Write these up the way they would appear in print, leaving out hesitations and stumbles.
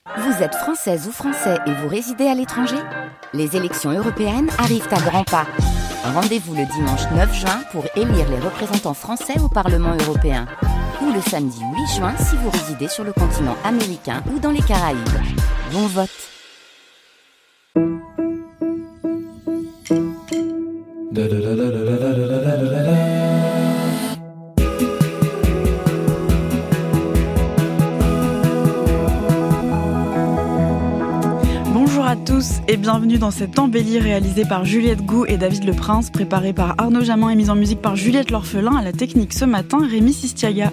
Vous êtes française ou français et vous résidez à l'étranger ? Les élections européennes arrivent à grands pas. Rendez-vous le dimanche 9 juin pour élire les représentants français au Parlement européen. Ou le samedi 8 juin si vous résidez sur le continent américain ou dans les Caraïbes. Bon vote. Bonjour à tous et bienvenue dans cette embellie réalisée par Juliette Gou et David Le Prince, préparée par Arnaud Jamin et mise en musique par Juliette L'Orphelin, à la technique ce matin, Rémi Sistiaga.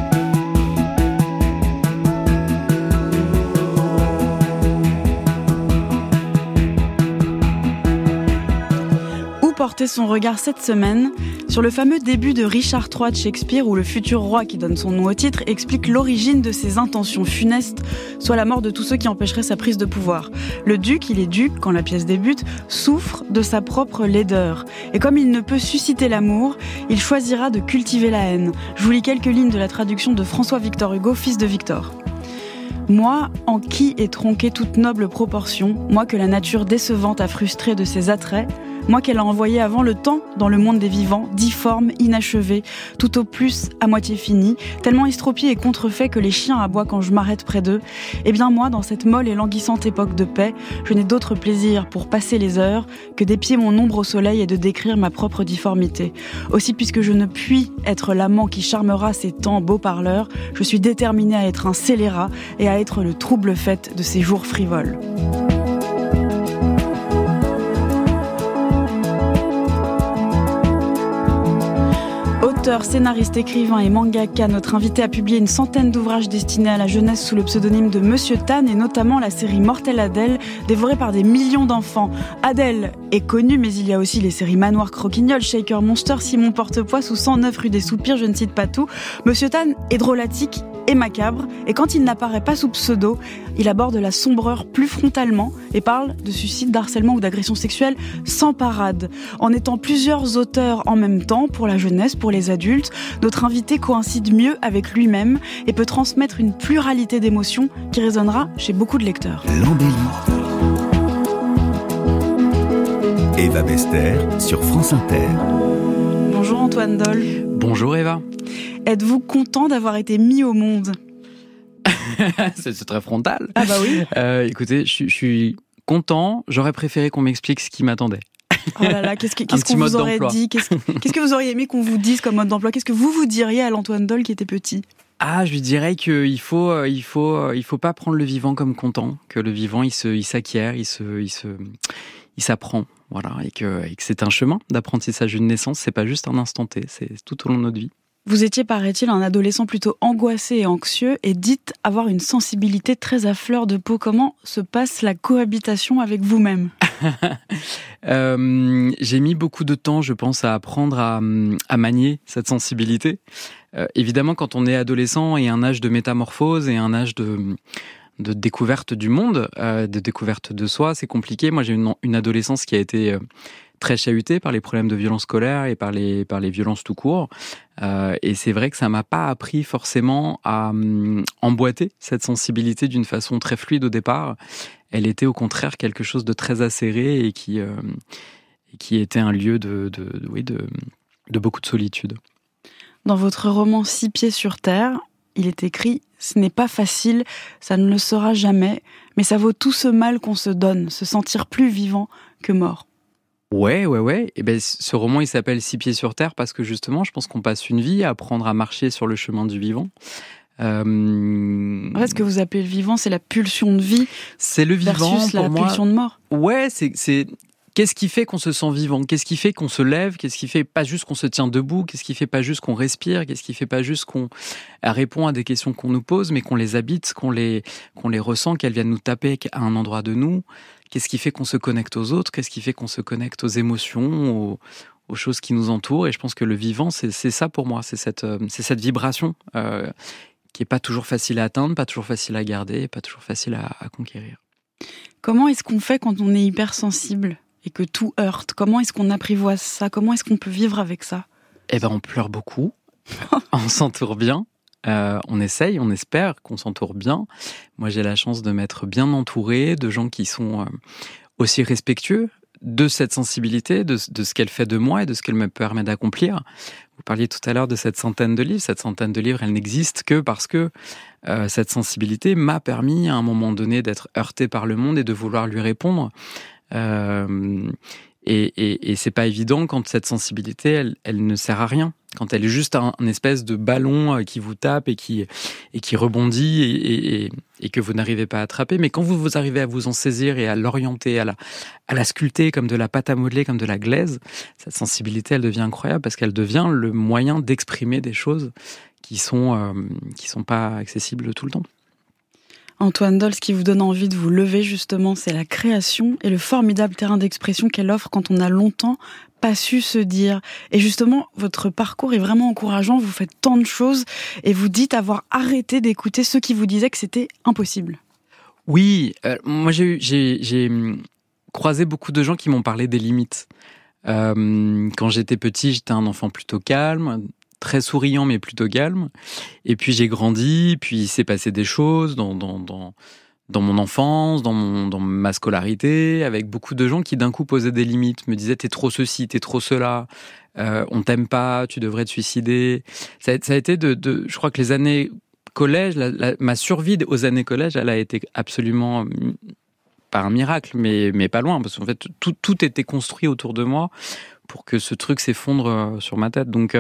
Porter son regard cette semaine sur le fameux début de Richard III de Shakespeare où le futur roi qui donne son nom au titre explique l'origine de ses intentions funestes, soit la mort de tous ceux qui empêcheraient sa prise de pouvoir. Le duc, il est duc quand la pièce débute, souffre de sa propre laideur. Et comme il ne peut susciter l'amour, il choisira de cultiver la haine. Je vous lis quelques lignes de la traduction de François-Victor Hugo, fils de Victor. Moi, en qui est tronquée toute noble proportion, moi que la nature décevante a frustré de ses attraits, moi qu'elle a envoyé avant le temps dans le monde des vivants, difforme, inachevé, tout au plus à moitié fini, tellement estropié et contrefait que les chiens aboient quand je m'arrête près d'eux. Eh bien moi, dans cette molle et languissante époque de paix, je n'ai d'autre plaisir pour passer les heures que d'épier mon ombre au soleil et de décrire ma propre difformité. Aussi, puisque je ne puis être l'amant qui charmera ces temps beaux parleurs, je suis déterminée à être un scélérat et à être le trouble fait de ces jours frivoles. Auteur, scénariste, écrivain et mangaka, notre invité a publié une centaine d'ouvrages destinés à la jeunesse sous le pseudonyme de Monsieur Tan et notamment la série Mortelle Adèle, dévorée par des millions d'enfants. Adèle est connue, mais il y a aussi les séries Manoir Croquignol, Shaker Monster, Simon Portepois ou 109 rue des Soupirs, je ne cite pas tout. Monsieur Tan est drôlatique et macabre, et quand il n'apparaît pas sous pseudo, il aborde la sombreur plus frontalement et parle de suicide, d'harcèlement ou d'agression sexuelle sans parade. En étant plusieurs auteurs en même temps, pour la jeunesse, pour les adultes, notre invité coïncide mieux avec lui-même et peut transmettre une pluralité d'émotions qui résonnera chez beaucoup de lecteurs. L'embellie. Eva Bester sur France Inter. Bonjour Antoine Doll. Bonjour Eva. Êtes-vous content d'avoir été mis au monde ? C'est très frontal. Ah bah oui. Écoutez, je suis content. J'aurais préféré qu'on m'explique ce qui m'attendait. Oh là là, qu'est-ce qu'on vous aurait dit ? Qu'est-ce que vous auriez aimé qu'on vous dise comme mode d'emploi ? Qu'est-ce que vous diriez à l'Antoine Doll qui était petit ? Ah, je lui dirais qu'il faut pas prendre le vivant comme content, que le vivant il s'acquiert, il s'apprend, voilà, et que c'est un chemin d'apprentissage d'une naissance. C'est pas juste un instant T, c'est tout au long de notre vie. Vous étiez, paraît-il, un adolescent plutôt angoissé et anxieux et dites avoir une sensibilité très à fleur de peau. Comment se passe la cohabitation avec vous-même ? J'ai mis beaucoup de temps, je pense, à apprendre à manier cette sensibilité. Évidemment, quand on est adolescent et un âge de métamorphose et un âge de découverte du monde, de découverte de soi, c'est compliqué. Moi, j'ai une adolescence qui a été très chahutée par les problèmes de violence scolaire et par les violences tout court. Et c'est vrai que ça m'a pas appris forcément à emboîter cette sensibilité d'une façon très fluide au départ. Elle était au contraire quelque chose de très acéré et qui était un lieu de beaucoup de solitude. Dans votre roman 6 pieds sur terre, il est écrit « Ce n'est pas facile, ça ne le sera jamais, mais ça vaut tout ce mal qu'on se donne, se sentir plus vivant que mort. » Ouais. Et ben, ce roman, il s'appelle 6 pieds sur terre parce que justement, je pense qu'on passe une vie à apprendre à marcher sur le chemin du vivant. En fait, ce que vous appelez le vivant, c'est la pulsion de vie. C'est le vivant versus la pulsion de mort. Ouais, c'est qu'est-ce qui fait qu'on se sent vivant ? Qu'est-ce qui fait qu'on se lève ? Qu'est-ce qui fait pas juste qu'on se tient debout ? Qu'est-ce qui fait pas juste qu'on respire ? Qu'est-ce qui fait pas juste qu'on répond à des questions qu'on nous pose, mais qu'on les habite, qu'on les ressent, qu'elles viennent nous taper à un endroit de nous ? Qu'est-ce qui fait qu'on se connecte aux autres ? Qu'est-ce qui fait qu'on se connecte aux émotions, aux choses qui nous entourent ? Et je pense que le vivant, c'est ça pour moi. C'est cette vibration qui est pas toujours facile à atteindre, pas toujours facile à garder, pas toujours facile à conquérir. Comment est-ce qu'on fait quand on est hypersensible et que tout heurte ? Comment est-ce qu'on apprivoise ça ? Comment est-ce qu'on peut vivre avec ça ? Eh ben, on pleure beaucoup, on s'entoure bien, On essaye, on espère qu'on s'entoure bien. Moi, j'ai la chance de m'être bien entouré de gens qui sont aussi respectueux de cette sensibilité, de ce qu'elle fait de moi et de ce qu'elle me permet d'accomplir. Vous parliez tout à l'heure de cette centaine de livres. Cette centaine de livres, elle n'existe que parce que cette sensibilité m'a permis à un moment donné d'être heurté par le monde et de vouloir lui répondre. Et c'est pas évident quand cette sensibilité, elle ne sert à rien. Quand elle est juste un espèce de ballon qui vous tape et qui rebondit et que vous n'arrivez pas à attraper. Mais quand vous arrivez à vous en saisir et à l'orienter, à la sculpter comme de la pâte à modeler, comme de la glaise, cette sensibilité, elle devient incroyable parce qu'elle devient le moyen d'exprimer des choses qui sont pas accessibles tout le temps. Antoine Doll, ce qui vous donne envie de vous lever justement, c'est la création et le formidable terrain d'expression qu'elle offre quand on a longtemps pas su se dire. Et justement, votre parcours est vraiment encourageant, vous faites tant de choses et vous dites avoir arrêté d'écouter ceux qui vous disaient que c'était impossible. Oui, moi j'ai croisé beaucoup de gens qui m'ont parlé des limites. Quand j'étais petit, j'étais un enfant plutôt calme, très souriant mais plutôt calme. Et puis j'ai grandi, puis il s'est passé des choses dans mon enfance, dans ma scolarité, avec beaucoup de gens qui d'un coup posaient des limites, me disaient t'es trop ceci, t'es trop cela, on t'aime pas, tu devrais te suicider. Ça a été je crois que les années collège, ma survie aux années collège, elle a été absolument pas un miracle, mais pas loin, parce qu'en fait tout était construit autour de moi pour que ce truc s'effondre sur ma tête. Donc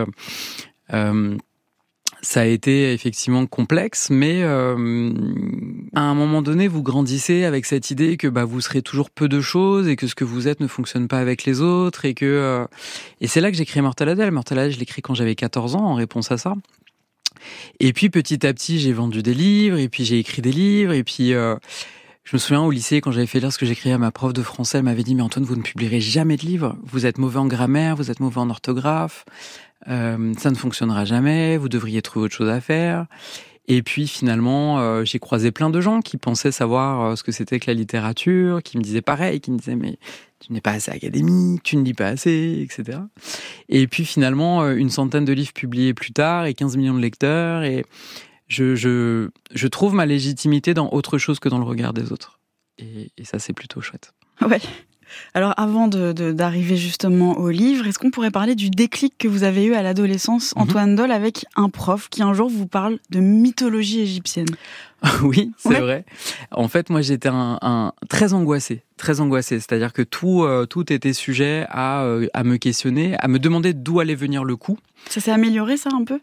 ça a été effectivement complexe, mais à un moment donné, vous grandissez avec cette idée que vous serez toujours peu de choses et que ce que vous êtes ne fonctionne pas avec les autres et c'est là que j'ai créé Mortel Adèle. Mortel Adèle, je l'ai créé quand j'avais 14 ans en réponse à ça. Et puis petit à petit, j'ai vendu des livres et puis j'ai écrit des livres et puis je me souviens au lycée, quand j'avais fait lire ce que j'écrivais à ma prof de français, elle m'avait dit « Mais Antoine, vous ne publierez jamais de livres. Vous êtes mauvais en grammaire, vous êtes mauvais en orthographe. Ça ne fonctionnera jamais. Vous devriez trouver autre chose à faire. » Et puis finalement, j'ai croisé plein de gens qui pensaient savoir ce que c'était que la littérature, qui me disaient pareil, qui me disaient « Mais tu n'es pas assez académique, tu ne lis pas assez, etc. » Et puis finalement, une centaine de livres publiés plus tard et 15 millions de lecteurs et... Je trouve ma légitimité dans autre chose que dans le regard des autres. Et ça, c'est plutôt chouette. Ouais. Alors, avant d'arriver justement au livre, est-ce qu'on pourrait parler du déclic que vous avez eu à l'adolescence, Antoine Doll, avec un prof qui un jour vous parle de mythologie égyptienne? Oui, c'est vrai. En fait, moi, j'étais un très angoissé. C'est-à-dire que tout était sujet à me questionner, à me demander d'où allait venir le coup. Ça s'est amélioré, ça, un peu?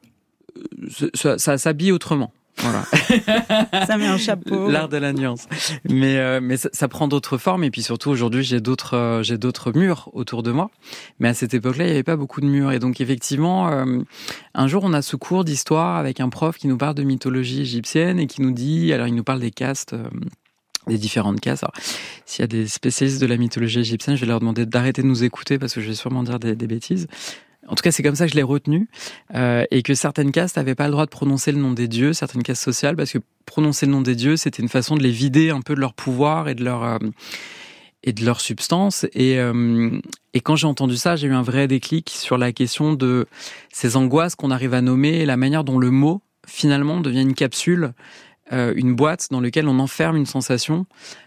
Ça s'habille autrement. Voilà. Ça met un chapeau. L'art de la nuance. Mais ça prend d'autres formes et puis surtout aujourd'hui j'ai d'autres murs autour de moi. Mais à cette époque-là, il n'y avait pas beaucoup de murs et donc effectivement un jour on a ce cours d'histoire avec un prof qui nous parle de mythologie égyptienne et qui nous dit, alors il nous parle des castes des différentes castes. Alors, s'il y a des spécialistes de la mythologie égyptienne, je vais leur demander d'arrêter de nous écouter parce que je vais sûrement dire des bêtises. En tout cas, c'est comme ça que je l'ai retenu, et que certaines castes n'avaient pas le droit de prononcer le nom des dieux, certaines castes sociales, parce que prononcer le nom des dieux, c'était une façon de les vider un peu de leur pouvoir et de leur substance. Et quand j'ai entendu ça, j'ai eu un vrai déclic sur la question de ces angoisses qu'on arrive à nommer et la manière dont le mot, finalement, devient une capsule, une boîte dans laquelle on enferme une sensation,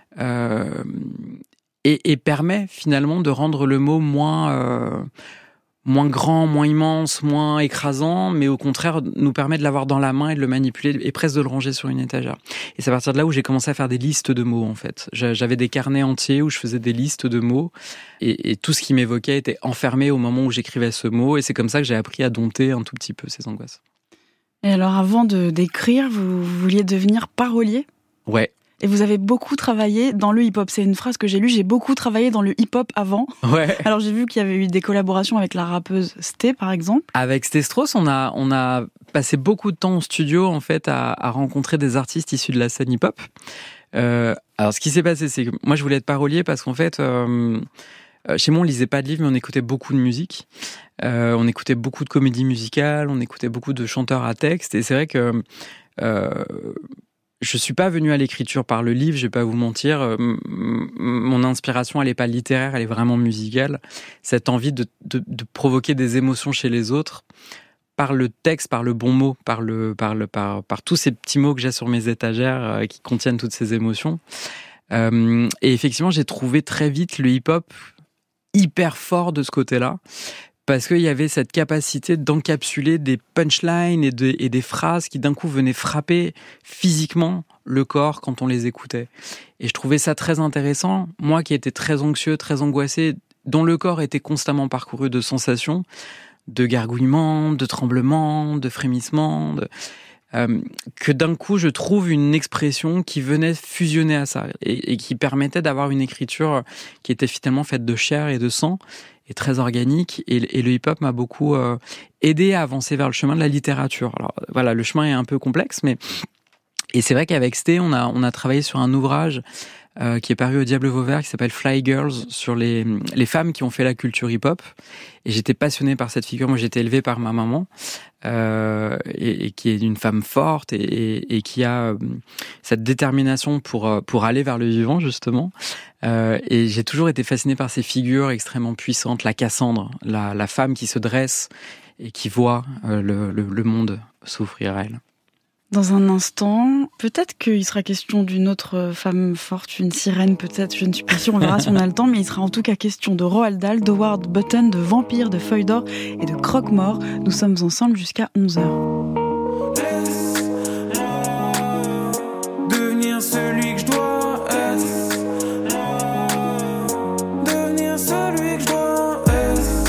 et permet finalement de rendre le mot moins grand, moins immense, moins écrasant, mais au contraire nous permet de l'avoir dans la main et de le manipuler et presque de le ranger sur une étagère. Et c'est à partir de là où j'ai commencé à faire des listes de mots en fait. J'avais des carnets entiers où je faisais des listes de mots et tout ce qui m'évoquait était enfermé au moment où j'écrivais ce mot et c'est comme ça que j'ai appris à dompter un tout petit peu ces angoisses. Et alors avant d'écrire, vous vouliez devenir parolier ? Ouais. Et vous avez beaucoup travaillé dans le hip-hop. C'est une phrase que j'ai lue. J'ai beaucoup travaillé dans le hip-hop avant. Ouais. Alors j'ai vu qu'il y avait eu des collaborations avec la rappeuse Sté, par exemple. Avec Sté Strauss, on a passé beaucoup de temps au studio en fait à rencontrer des artistes issus de la scène hip-hop. Alors ce qui s'est passé, c'est que moi je voulais être parolier parce qu'en fait chez moi on lisait pas de livres, mais on écoutait beaucoup de musique. On écoutait beaucoup de comédies musicales, on écoutait beaucoup de chanteurs à texte. Et c'est vrai que je suis pas venu à l'écriture par le livre, je vais pas vous mentir. Mon inspiration, elle est pas littéraire, elle est vraiment musicale. Cette envie de provoquer des émotions chez les autres par le texte, par le bon mot, par tous ces petits mots que j'ai sur mes étagères qui contiennent toutes ces émotions. Et effectivement, j'ai trouvé très vite le hip-hop hyper fort de ce côté-là, parce qu'il y avait cette capacité d'encapsuler des punchlines et des phrases qui d'un coup venaient frapper physiquement le corps quand on les écoutait. Et je trouvais ça très intéressant. Moi qui étais très anxieux, très angoissé, dont le corps était constamment parcouru de sensations, de gargouillements, de tremblements, de frémissements, que d'un coup je trouve une expression qui venait fusionner à ça et qui permettait d'avoir une écriture qui était finalement faite de chair et de sang et très organique, et le hip-hop m'a beaucoup aidé à avancer vers le chemin de la littérature. Alors voilà, le chemin est un peu complexe, et c'est vrai qu'avec Sté, on a travaillé sur un ouvrage qui est paru au Diable Vauvert, qui s'appelle Fly Girls, sur les femmes qui ont fait la culture hip-hop. Et j'étais passionné par cette figure. Moi, j'ai été élevé par ma maman, et qui est une femme forte et qui a cette détermination pour aller vers le vivant, justement. Et j'ai toujours été fasciné par ces figures extrêmement puissantes. La Cassandre, la femme qui se dresse et qui voit le monde s'ouvrir à elle. Dans un instant, peut-être qu'il sera question d'une autre femme forte, une sirène peut-être, je ne suis pas sûre, on verra si on a le temps, mais il sera en tout cas question de Roald Dahl, d'Howard Button, de Vampire, de Feuille d'or et de Croque-Mort. Nous sommes ensemble jusqu'à 11h. Devenir celui que je dois être. Devenir celui que je dois être.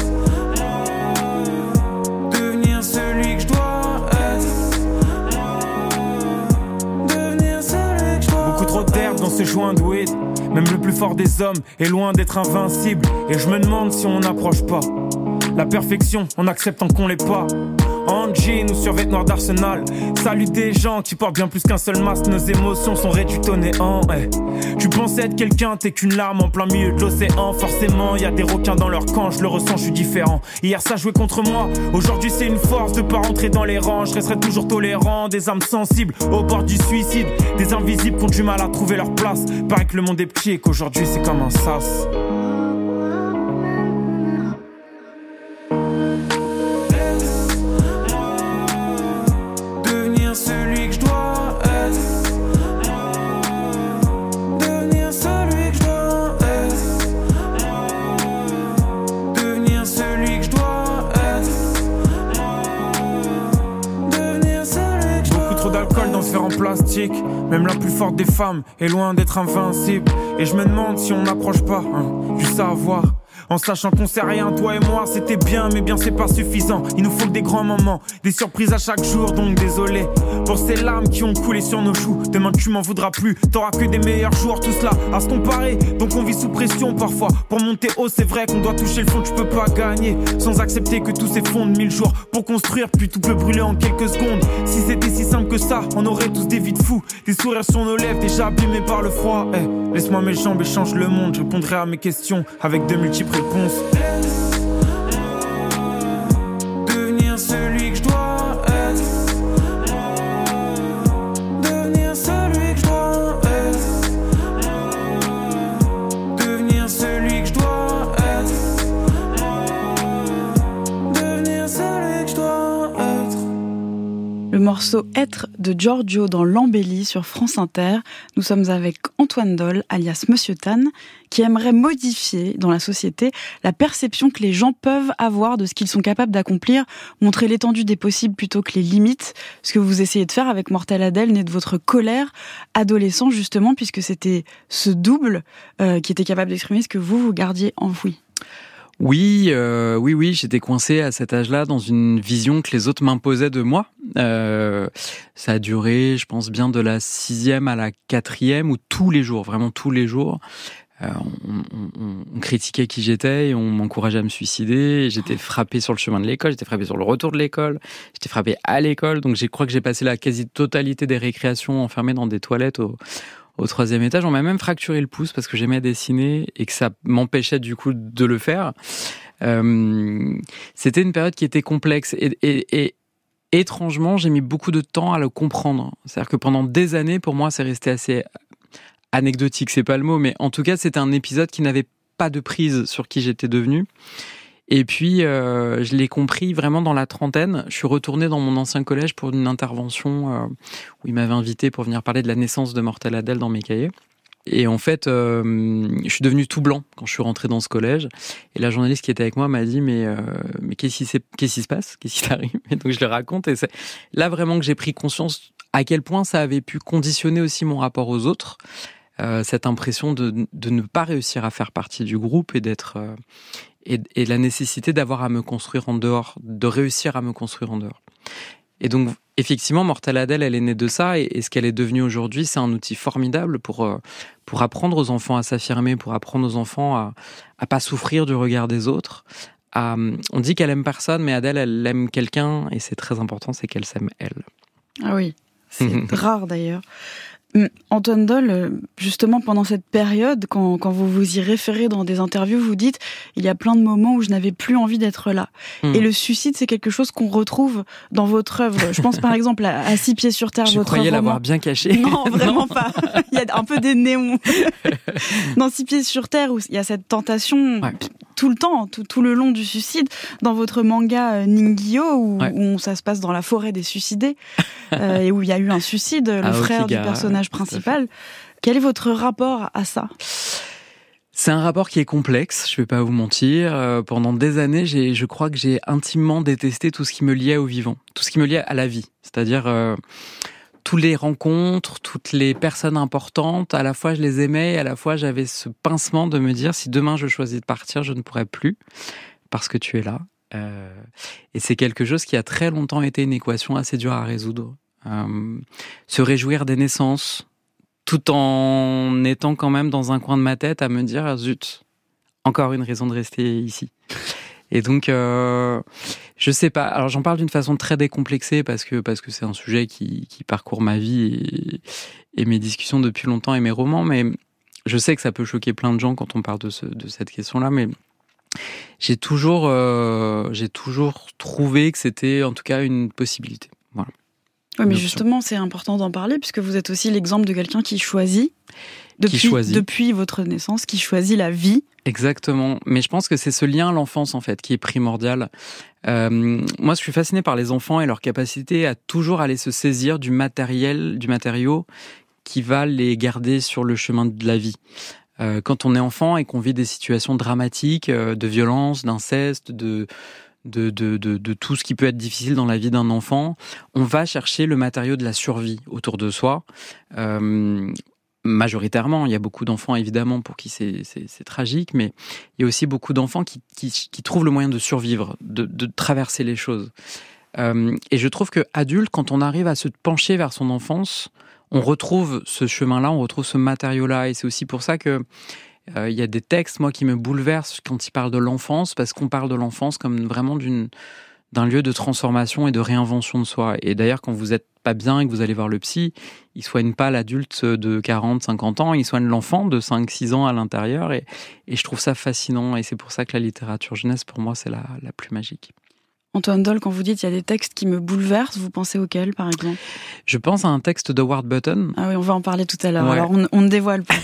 Devenir celui que je dois être. Devenir celui que je dois. Beaucoup trop d'herbe dans ce joint de weed. Même le plus fort des hommes est loin d'être invincible. Et je me demande si on n'approche pas la perfection en acceptant qu'on l'est pas. En jean ou sur vêtements d'Arsenal. Salut des gens qui portent bien plus qu'un seul masque. Nos émotions sont réduites au néant, hey. Tu pensais être quelqu'un, t'es qu'une larme en plein milieu de l'océan. Forcément, y a des requins dans leur camp, je le ressens, je suis différent. Hier ça jouait contre moi, aujourd'hui c'est une force de pas rentrer dans les rangs. Je resterai toujours tolérant, des âmes sensibles au bord du suicide. Des invisibles qui ont du mal à trouver leur place. Paraît que le monde est petit et qu'aujourd'hui c'est comme un sas. Même la plus forte des femmes est loin d'être invincible. Et je me demande si on n'approche pas du savoir. En sachant qu'on sait rien, toi et moi c'était bien, mais bien c'est pas suffisant. Il nous faut que des grands moments, des surprises à chaque jour. Donc désolé pour ces larmes qui ont coulé sur nos joues. Demain tu m'en voudras plus, t'auras que des meilleurs jours. Tout cela à se comparer, donc on vit sous pression parfois. Pour monter haut c'est vrai qu'on doit toucher le fond. Tu peux pas gagner sans accepter que tout s'effondre. 1000 jours pour construire, puis tout peut brûler en quelques secondes. Si c'était si simple que ça, on aurait tous des vies de fous. Des sourires sur nos lèvres déjà abîmés par le froid, hey. Laisse-moi mes jambes et change le monde. Je répondrai à mes questions avec de multiples réponses. Devenir celui que je dois être. Devenir celui que je dois être. Devenir celui que je dois être. Devenir celui que je dois être. Le morceau Être de Giorgio dans l'Embellie sur France Inter. Nous sommes avec Antoine Doll, alias Monsieur Tan, qui aimerait modifier dans la société la perception que les gens peuvent avoir de ce qu'ils sont capables d'accomplir, montrer l'étendue des possibles plutôt que les limites, ce que vous essayez de faire avec Mortel Adèle, né de votre colère adolescent justement, puisque c'était ce double qui était capable d'exprimer ce que vous gardiez enfoui. Oui, j'étais coincé à cet âge-là dans une vision que les autres m'imposaient de moi. Ça a duré, je pense, bien de la 6e à la 4e, où tous les jours, vraiment tous les jours, on critiquait qui j'étais et on m'encourageait à me suicider. J'étais frappé sur le chemin de l'école, j'étais frappé sur le retour de l'école, j'étais frappé à l'école. Donc je crois que j'ai passé la quasi-totalité des récréations enfermé dans des toilettes au 3e étage. On m'a même fracturé le pouce parce que j'aimais dessiner et que ça m'empêchait du coup de le faire. C'était une période qui était complexe et étrangement, j'ai mis beaucoup de temps à le comprendre. C'est-à-dire que pendant des années, pour moi, c'est resté assez anecdotique, c'est pas le mot, mais en tout cas, c'était un épisode qui n'avait pas de prise sur qui j'étais devenu. Et puis, je l'ai compris vraiment dans la trentaine. Je suis retourné dans mon ancien collège pour une intervention où il m'avait invité pour venir parler de la naissance de Mortel Adèle dans mes cahiers. Et en fait, je suis devenu tout blanc quand je suis rentré dans ce collège. Et la journaliste qui était avec moi m'a dit mais qu'est-ce qui se passe ? Qu'est-ce qui t'arrive ? Et donc je le raconte. Et c'est là vraiment que j'ai pris conscience à quel point ça avait pu conditionner aussi mon rapport aux autres. Cette impression de ne pas réussir à faire partie du groupe et d'être et la nécessité d'avoir à me construire en dehors, de réussir à me construire en dehors. Et donc, effectivement, Mortel Adèle, elle est née de ça, et ce qu'elle est devenue aujourd'hui, c'est un outil formidable pour apprendre aux enfants à s'affirmer, pour apprendre aux enfants à pas souffrir du regard des autres. On dit qu'elle aime personne, mais Adèle, elle aime quelqu'un, et c'est très important, c'est qu'elle s'aime elle. Ah oui, c'est rare d'ailleurs. Antoine Doll, justement pendant cette période, quand vous vous y référez dans des interviews, vous dites il y a plein de moments où je n'avais plus envie d'être là. Et le suicide, c'est quelque chose qu'on retrouve dans votre œuvre. Je pense par exemple à 6 pieds sur terre, votre roman. Je croyais l'avoir bien caché. Non, vraiment pas. Il y a un peu des néons. Dans 6 pieds sur terre, où il y a cette tentation tout le temps, tout le long du suicide. Dans votre manga Ningyo, où ça se passe dans la forêt des suicidés, et où il y a eu un suicide, le frère Okiga, du personnage principal. Quel est votre rapport à ça ? C'est un rapport qui est complexe, je vais pas vous mentir. Pendant des années, je crois que j'ai intimement détesté tout ce qui me liait au vivant, tout ce qui me liait à la vie. C'est-à-dire toutes les rencontres, toutes les personnes importantes, à la fois je les aimais, et à la fois j'avais ce pincement de me dire si demain je choisis de partir, je ne pourrai plus parce que tu es là. Et c'est quelque chose qui a très longtemps été une équation assez dure à résoudre. Se réjouir des naissances, tout en étant quand même dans un coin de ma tête à me dire zut, encore une raison de rester ici. Et donc, je sais pas. Alors, j'en parle d'une façon très décomplexée parce que c'est un sujet qui parcourt ma vie et mes discussions depuis longtemps et mes romans. Mais je sais que ça peut choquer plein de gens quand on parle de cette question-là. Mais j'ai toujours trouvé que c'était en tout cas une possibilité. Voilà. Oui, mais justement, c'est important d'en parler puisque vous êtes aussi l'exemple de quelqu'un qui choisit. Depuis votre naissance, qui choisit la vie. Exactement. Mais je pense que c'est ce lien à l'enfance, en fait, qui est primordial. Moi, je suis fasciné par les enfants et leur capacité à toujours aller se saisir du matériau qui va les garder sur le chemin de la vie. Quand on est enfant et qu'on vit des situations dramatiques, de violence, d'inceste, de tout ce qui peut être difficile dans la vie d'un enfant, on va chercher le matériau de la survie autour de soi. Majoritairement, il y a beaucoup d'enfants évidemment pour qui c'est tragique, mais il y a aussi beaucoup d'enfants qui trouvent le moyen de survivre, de traverser les choses. Et je trouve qu'adulte, quand on arrive à se pencher vers son enfance, on retrouve ce chemin-là, on retrouve ce matériau-là. Et c'est aussi pour ça que il y a des textes, moi, qui me bouleversent quand ils parlent de l'enfance, parce qu'on parle de l'enfance comme vraiment d'un lieu de transformation et de réinvention de soi. Et d'ailleurs, quand vous n'êtes pas bien et que vous allez voir le psy, il ne soigne pas l'adulte de 40, 50 ans, il soigne l'enfant de 5, 6 ans à l'intérieur. Et je trouve ça fascinant. Et c'est pour ça que la littérature jeunesse, pour moi, c'est la plus magique. Antoine Doll, quand vous dites qu'il y a des textes qui me bouleversent, vous pensez auxquels, par exemple ? Je pense à un texte de Howard Button. Ah oui, on va en parler tout à l'heure. Ouais. Alors, on ne dévoile pas.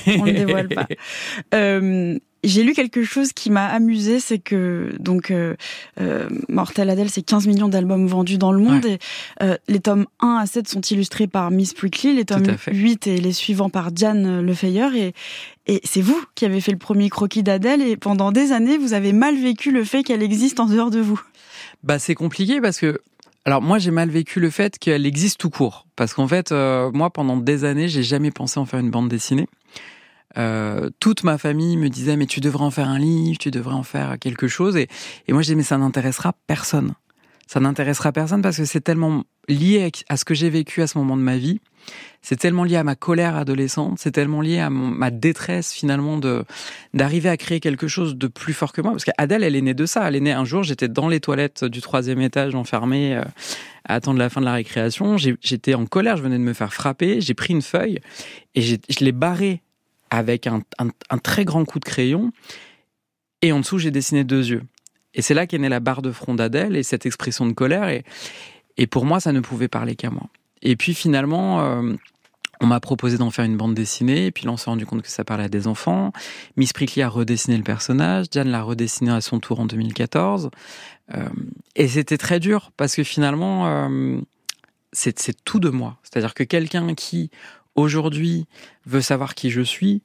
J'ai lu quelque chose qui m'a amusée, c'est que Mortel Adèle, c'est 15 millions d'albums vendus dans le monde. Ouais. Et les tomes 1 à 7 sont illustrés par Miss Prickly, les tomes 8 et les suivants par Diane Lefeyer. Et c'est vous qui avez fait le premier croquis d'Adèle, et pendant des années, vous avez mal vécu le fait qu'elle existe en dehors de vous. C'est compliqué parce que... Alors moi, j'ai mal vécu le fait qu'elle existe tout court. Parce qu'en fait, moi, pendant des années, j'ai jamais pensé en faire une bande dessinée. Toute ma famille me disait mais tu devrais en faire un livre, tu devrais en faire quelque chose, et moi je disais mais ça n'intéressera personne. Ça n'intéressera personne parce que c'est tellement lié à ce que j'ai vécu à ce moment de ma vie, c'est tellement lié à ma colère adolescente, c'est tellement lié à ma détresse finalement d'arriver à créer quelque chose de plus fort que moi, parce qu'Adèle elle est née de ça. Elle est née un jour, j'étais dans les toilettes du 3e étage enfermée à attendre la fin de la récréation, j'étais en colère, je venais de me faire frapper, j'ai pris une feuille et je l'ai barrée avec un très grand coup de crayon, et en dessous, j'ai dessiné 2 yeux. Et c'est là qu'est née la barre de front d'Adèle, et cette expression de colère, et pour moi, ça ne pouvait parler qu'à moi. Et puis finalement, On m'a proposé d'en faire une bande dessinée, et puis là on s'est rendu compte que ça parlait à des enfants. Miss Prickly a redessiné le personnage, Diane l'a redessiné à son tour en 2014. Et c'était très dur, parce que finalement, c'est tout de moi. C'est-à-dire que quelqu'un qui, aujourd'hui, veut savoir qui je suis,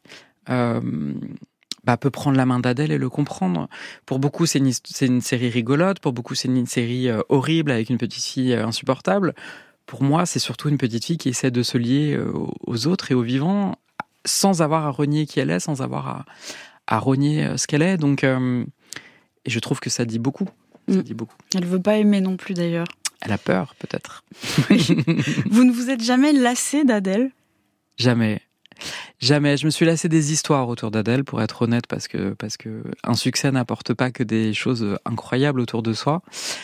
peut prendre la main d'Adèle et le comprendre. Pour beaucoup, c'est une série rigolote, pour beaucoup, c'est une série horrible, avec une petite fille insupportable. Pour moi, c'est surtout une petite fille qui essaie de se lier aux autres et aux vivants sans avoir à renier qui elle est, sans avoir à renier ce qu'elle est. Donc, et je trouve que ça dit beaucoup. Ça dit beaucoup. Elle veut pas aimer non plus, d'ailleurs. Elle a peur, peut-être. Oui. Vous ne vous êtes jamais lassé d'Adèle ? Jamais. Jamais. Je me suis lassé des histoires autour d'Adèle, pour être honnête, parce que un succès n'apporte pas que des choses incroyables autour de soi.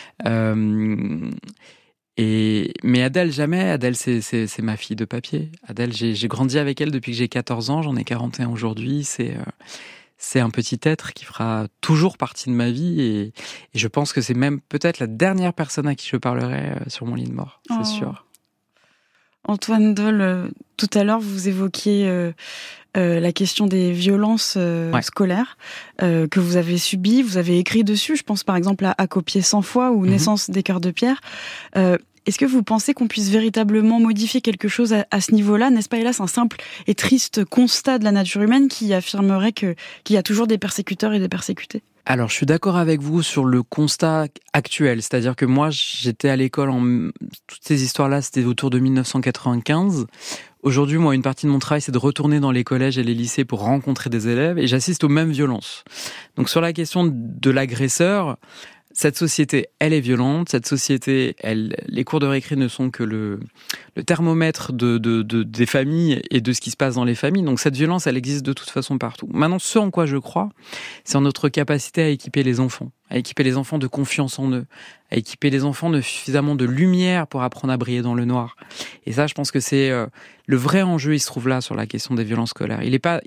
Mais Adèle, jamais. Adèle, c'est ma fille de papier. Adèle, j'ai grandi avec elle depuis que j'ai 14 ans. J'en ai 41 aujourd'hui. C'est un petit être qui fera toujours partie de ma vie. Et je pense que c'est même peut-être la dernière personne à qui je parlerai sur mon lit de mort. C'est sûr. Antoine Doll, tout à l'heure, vous évoquiez la question des violences scolaires que vous avez subies. Vous avez écrit dessus, je pense par exemple à copier 100 fois ou Naissance des cœurs de pierre. Est-ce que vous pensez qu'on puisse véritablement modifier quelque chose à ce niveau-là ? N'est-ce pas, hélas, un simple et triste constat de la nature humaine qui affirmerait qu'il y a toujours des persécuteurs et des persécutés ? Alors, je suis d'accord avec vous sur le constat actuel. C'est-à-dire que moi, j'étais à l'école toutes ces histoires-là, c'était autour de 1995. Aujourd'hui, moi, une partie de mon travail, c'est de retourner dans les collèges et les lycées pour rencontrer des élèves, et j'assiste aux mêmes violences. Donc, sur la question de l'agresseur, cette société, elle est violente. Cette société, les cours de récré ne sont que le thermomètre des familles et de ce qui se passe dans les familles. Donc cette violence, elle existe de toute façon partout. Maintenant, ce en quoi je crois, c'est en notre capacité à équiper les enfants de confiance en eux, à équiper les enfants de suffisamment de lumière pour apprendre à briller dans le noir. Et ça, je pense que c'est le vrai enjeu. Il se trouve là sur la question des violences scolaires.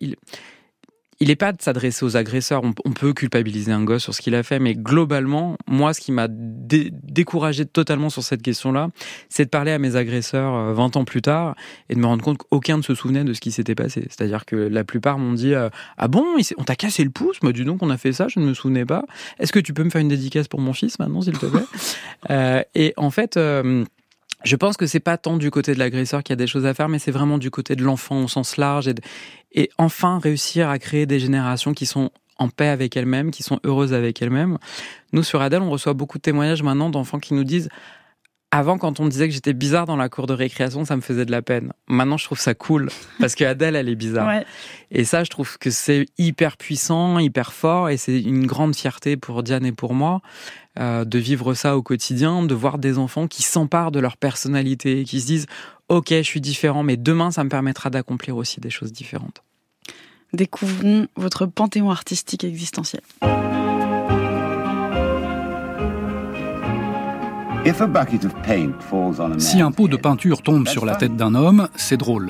Il n'est pas de s'adresser aux agresseurs. On peut culpabiliser un gosse sur ce qu'il a fait, mais globalement, moi, ce qui m'a découragé totalement sur cette question-là, c'est de parler à mes agresseurs 20 ans plus tard et de me rendre compte qu'aucun ne se souvenait de ce qui s'était passé. C'est-à-dire que la plupart m'ont dit « Ah bon, on t'a cassé le pouce ? Dis donc, on a fait ça, je ne me souvenais pas. Est-ce que tu peux me faire une dédicace pour mon fils maintenant, s'il te plaît ?» Et en fait... je pense que c'est pas tant du côté de l'agresseur qu'il y a des choses à faire, mais c'est vraiment du côté de l'enfant au sens large et enfin réussir à créer des générations qui sont en paix avec elles-mêmes, qui sont heureuses avec elles-mêmes. Nous, sur Adèle, on reçoit beaucoup de témoignages maintenant d'enfants qui nous disent « Avant, quand on me disait que j'étais bizarre dans la cour de récréation, ça me faisait de la peine. Maintenant, je trouve ça cool, parce qu'Adèle, elle est bizarre. Ouais. » Et ça, je trouve que c'est hyper puissant, hyper fort, et c'est une grande fierté pour Diane et pour moi, de vivre ça au quotidien, de voir des enfants qui s'emparent de leur personnalité, qui se disent « Ok, je suis différent, mais demain, ça me permettra d'accomplir aussi des choses différentes. » Découvrons votre panthéon artistique existentiel. Si un pot de peinture tombe sur la tête d'un homme, c'est drôle.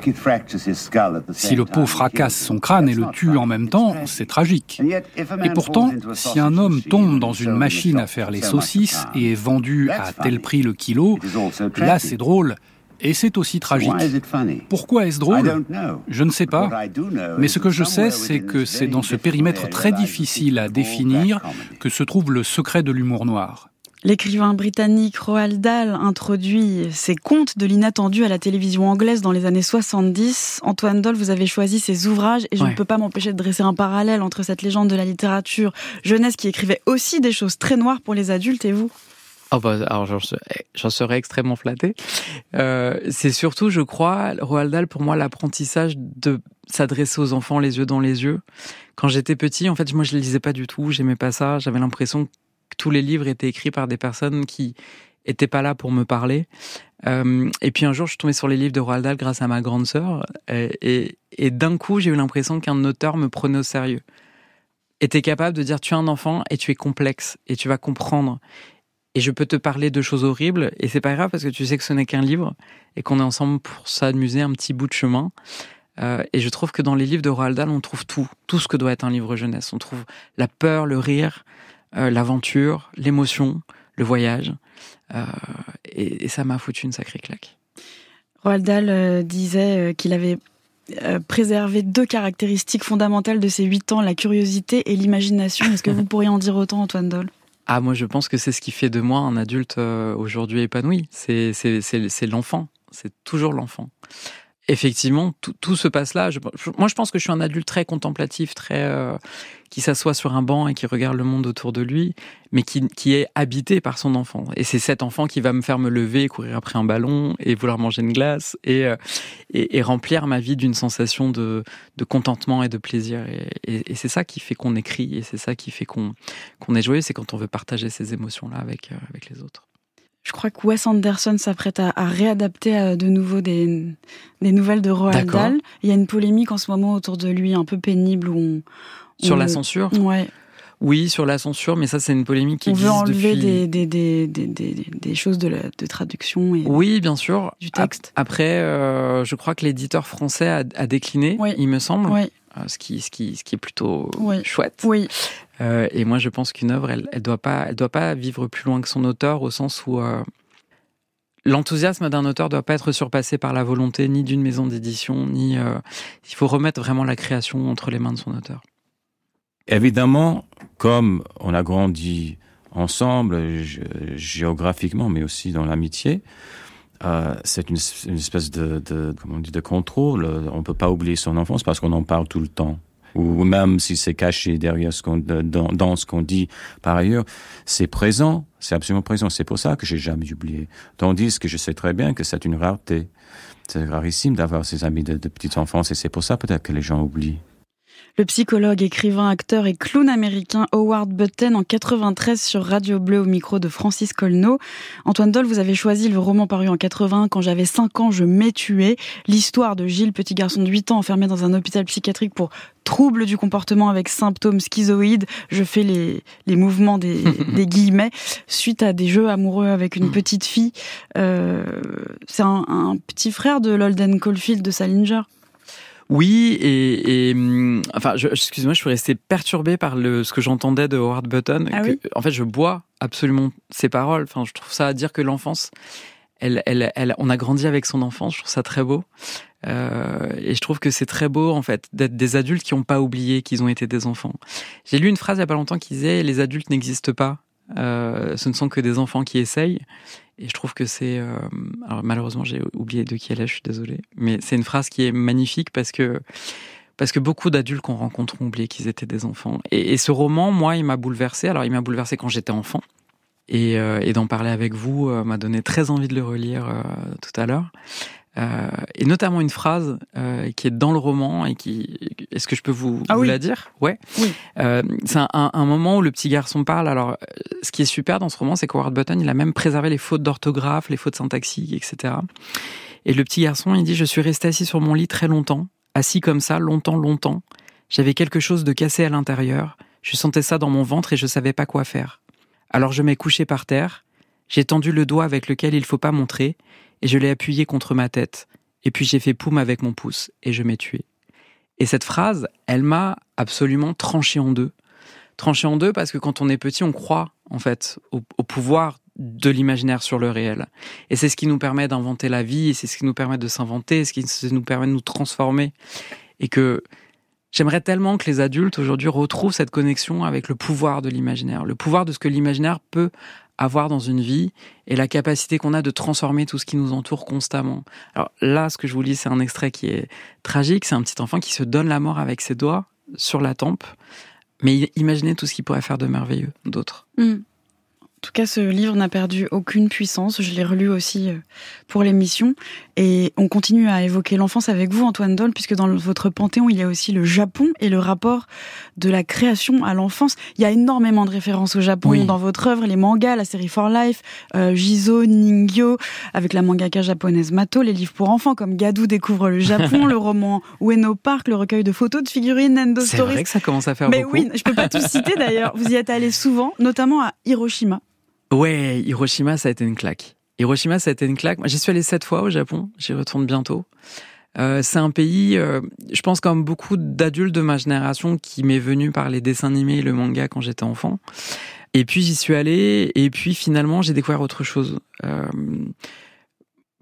Si le pot fracasse son crâne et le tue en même temps, c'est tragique. Et pourtant, si un homme tombe dans une machine à faire les saucisses et est vendu à tel prix le kilo, là c'est drôle. Et c'est aussi tragique. Pourquoi est-ce drôle ? Je ne sais pas. Mais ce que je sais, c'est que c'est dans ce périmètre très difficile à définir que se trouve le secret de l'humour noir. L'écrivain britannique Roald Dahl introduit ses contes de l'inattendu à la télévision anglaise dans les années 70. Antoine Doll, vous avez choisi ses ouvrages et je ne peux pas m'empêcher de dresser un parallèle entre cette légende de la littérature jeunesse qui écrivait aussi des choses très noires pour les adultes et vous. Alors j'en serais extrêmement flatté. C'est surtout, je crois, Roald Dahl, pour moi, l'apprentissage de s'adresser aux enfants les yeux dans les yeux. Quand j'étais petit, en fait, moi, je ne lisais pas du tout, j'aimais pas ça, j'avais l'impression que tous les livres étaient écrits par des personnes qui étaient pas là pour me parler. Et puis un jour, je suis tombé sur les livres de Roald Dahl grâce à ma grande sœur. Et d'un coup, j'ai eu l'impression qu'un auteur me prenait au sérieux. Était capable de dire, tu es un enfant et tu es complexe et tu vas comprendre. Et je peux te parler de choses horribles et c'est pas grave parce que tu sais que ce n'est qu'un livre et qu'on est ensemble pour s'amuser un petit bout de chemin. Et je trouve que dans les livres de Roald Dahl, on trouve tout ce que doit être un livre jeunesse. On trouve la peur, le rire, l'aventure, l'émotion, le voyage. Et ça m'a foutu une sacrée claque. Roald Dahl disait qu'il avait préservé 2 caractéristiques fondamentales de ses 8 ans, la curiosité et l'imagination. Est-ce que vous pourriez en dire autant, Antoine Doll ? Ah, moi je pense que c'est ce qui fait de moi un adulte aujourd'hui épanoui. C'est l'enfant, c'est toujours l'enfant. Effectivement, tout se passe là. Moi, je pense que je suis un adulte très contemplatif, très qui s'assoit sur un banc et qui regarde le monde autour de lui, mais qui est habité par son enfant. Et c'est cet enfant qui va me faire me lever, courir après un ballon et vouloir manger une glace et remplir ma vie d'une sensation de contentement et de plaisir. Et c'est ça qui fait qu'on écrit et c'est ça qui fait qu'on est joyeux. C'est quand on veut partager ces émotions-là avec les autres. Je crois que Wes Anderson s'apprête à réadapter de nouveau des nouvelles de Roald Dahl. Il y a une polémique en ce moment autour de lui, un peu pénible. Sur la censure ? Ouais. Oui, sur la censure, mais ça, c'est une polémique qui existe depuis... On veut enlever des choses de traduction et oui, bien sûr. Du texte. Après, je crois que l'éditeur français a décliné, oui. Il me semble. Oui. Ce qui est plutôt chouette. Oui. Et moi, je pense qu'une œuvre, elle doit pas vivre plus loin que son auteur, au sens où l'enthousiasme d'un auteur doit pas être surpassé par la volonté ni d'une maison d'édition, ni il faut remettre vraiment la création entre les mains de son auteur. Évidemment, comme on a grandi ensemble, géographiquement, mais aussi dans l'amitié, c'est une espèce de contrôle. On peut pas oublier son enfance parce qu'on en parle tout le temps. Ou même si c'est caché derrière dans ce qu'on dit par ailleurs, c'est présent, c'est absolument présent. C'est pour ça que j'ai jamais oublié. Tandis que je sais très bien que c'est une rareté. C'est rarissime d'avoir ses amis de petite enfance et c'est pour ça peut-être que les gens oublient. Le psychologue, écrivain, acteur et clown américain Howard Button en 93 sur Radio Bleu au micro de Francis Colneau. Antoine Doll, vous avez choisi le roman paru en 81. Quand j'avais 5 ans, je m'ai tué. L'histoire de Gilles, petit garçon de 8 ans enfermé dans un hôpital psychiatrique pour troubles du comportement avec symptômes schizoïdes. Je fais les mouvements des guillemets suite à des jeux amoureux avec une petite fille. C'est un petit frère de Holden Caulfield de Salinger. Oui, enfin, excuse-moi, je suis resté perturbé par ce que j'entendais de Howard Button. Oui. En fait, je bois absolument ses paroles. Enfin, je trouve ça à dire que l'enfance, on a grandi avec son enfance. Je trouve ça très beau. Et je trouve que c'est très beau, en fait, d'être des adultes qui n'ont pas oublié qu'ils ont été des enfants. J'ai lu une phrase il n'y a pas longtemps qui disait « Les adultes n'existent pas. Ce ne sont que des enfants qui essayent. » Et je trouve que c'est... alors malheureusement, j'ai oublié de qui elle est, je suis désolé. Mais c'est une phrase qui est magnifique parce que beaucoup d'adultes qu'on rencontre ont oublié qu'ils étaient des enfants. Et ce roman, moi, il m'a bouleversé. Alors, il m'a bouleversé quand j'étais enfant. Et d'en parler avec vous m'a donné très envie de le relire tout à l'heure. Et notamment une phrase qui est dans le roman et qui... Est-ce que je peux vous la dire ? Ouais. Oui. C'est un moment où le petit garçon parle. Alors, ce qui est super dans ce roman, c'est qu'Howard Button, il a même préservé les fautes d'orthographe, les fautes syntaxiques, etc. Et le petit garçon, il dit « Je suis resté assis sur mon lit très longtemps, assis comme ça, longtemps. J'avais quelque chose de cassé à l'intérieur. Je sentais ça dans mon ventre et je savais pas quoi faire. Alors je m'ai couché par terre. J'ai tendu le doigt avec lequel il faut pas montrer et je l'ai appuyé contre ma tête. Et puis j'ai fait poum avec mon pouce et je m'ai tué. » Et cette phrase, elle m'a absolument tranché en deux. Tranché en deux parce que quand on est petit, on croit en fait au pouvoir de l'imaginaire sur le réel. Et c'est ce qui nous permet d'inventer la vie, et c'est ce qui nous permet de s'inventer, ce qui nous permet de nous transformer. Et que j'aimerais tellement que les adultes aujourd'hui retrouvent cette connexion avec le pouvoir de l'imaginaire, le pouvoir de ce que l'imaginaire peut avoir dans une vie et la capacité qu'on a de transformer tout ce qui nous entoure constamment. Alors là, ce que je vous lis, c'est un extrait qui est tragique. C'est un petit enfant qui se donne la mort avec ses doigts sur la tempe. Mais imaginez tout ce qu'il pourrait faire de merveilleux, d'autres. En tout cas, ce livre n'a perdu aucune puissance. Je l'ai relu aussi pour l'émission. Et on continue à évoquer l'enfance avec vous, Antoine Doll, puisque dans votre panthéon, il y a aussi le Japon et le rapport de la création à l'enfance. Il y a énormément de références au Japon dans votre œuvre, les mangas, la série For Life, Jizo, Ningyo, avec la mangaka japonaise Mato, les livres pour enfants comme Gadou découvre le Japon, le roman Ueno Park, le recueil de photos de figurines Nendo Stories. C'est vrai que ça commence à faire beaucoup. Mais oui, je peux pas tout citer d'ailleurs. Vous y êtes allé souvent, notamment à Hiroshima. Ouais, Hiroshima, ça a été une claque. Moi, j'y suis allé 7 fois au Japon. J'y retourne bientôt. C'est un pays, je pense comme beaucoup d'adultes de ma génération, qui m'est venu par les dessins animés et le manga quand j'étais enfant. Et puis, j'y suis allé. Et puis, finalement, j'ai découvert autre chose.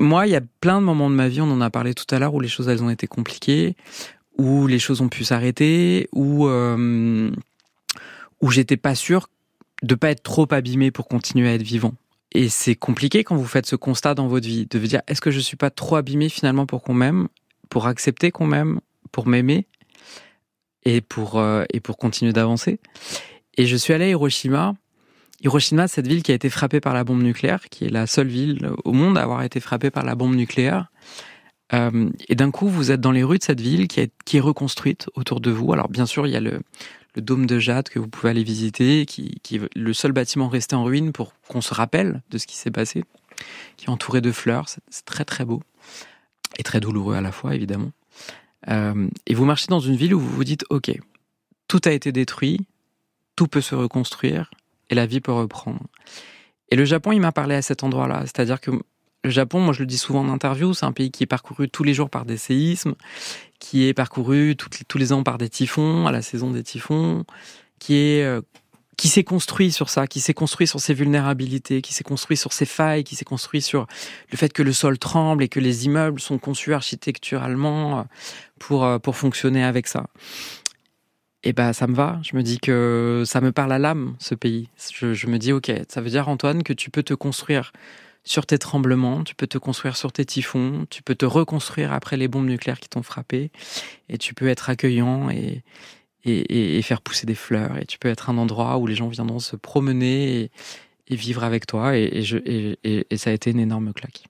moi, il y a plein de moments de ma vie, on en a parlé tout à l'heure, où les choses, elles ont été compliquées, où les choses ont pu s'arrêter, où j'étais pas sûr de pas être trop abîmé pour continuer à être vivant. Et c'est compliqué quand vous faites ce constat dans votre vie, de vous dire, est-ce que je suis pas trop abîmé finalement pour qu'on m'aime, pour accepter qu'on m'aime, pour m'aimer, et pour continuer d'avancer. Et je suis allé à Hiroshima. Hiroshima, cette ville qui a été frappée par la bombe nucléaire, qui est la seule ville au monde à avoir été frappée par la bombe nucléaire. Et d'un coup, vous êtes dans les rues de cette ville qui est reconstruite autour de vous. Alors bien sûr, il y a le dôme de jade que vous pouvez aller visiter, qui est le seul bâtiment resté en ruine pour qu'on se rappelle de ce qui s'est passé, qui est entouré de fleurs. C'est très très beau et très douloureux à la fois, évidemment. Et vous marchez dans une ville où vous vous dites, ok, tout a été détruit, tout peut se reconstruire et la vie peut reprendre. Et le Japon, il m'a parlé à cet endroit-là. C'est-à-dire que le Japon, moi je le dis souvent en interview, c'est un pays qui est parcouru tous les jours par des séismes, qui est parcouru tous les ans par des typhons, à la saison des typhons, qui s'est construit sur ça, qui s'est construit sur ses vulnérabilités, qui s'est construit sur ses failles, qui s'est construit sur le fait que le sol tremble et que les immeubles sont conçus architecturalement pour fonctionner avec ça. Et ça me va. Je me dis que ça me parle à l'âme, ce pays. Je me dis, ok, ça veut dire, Antoine, que tu peux te construire sur tes tremblements, tu peux te construire sur tes typhons, tu peux te reconstruire après les bombes nucléaires qui t'ont frappé, et tu peux être accueillant et faire pousser des fleurs, et tu peux être un endroit où les gens viendront se promener et vivre avec toi, et ça a été une énorme claque.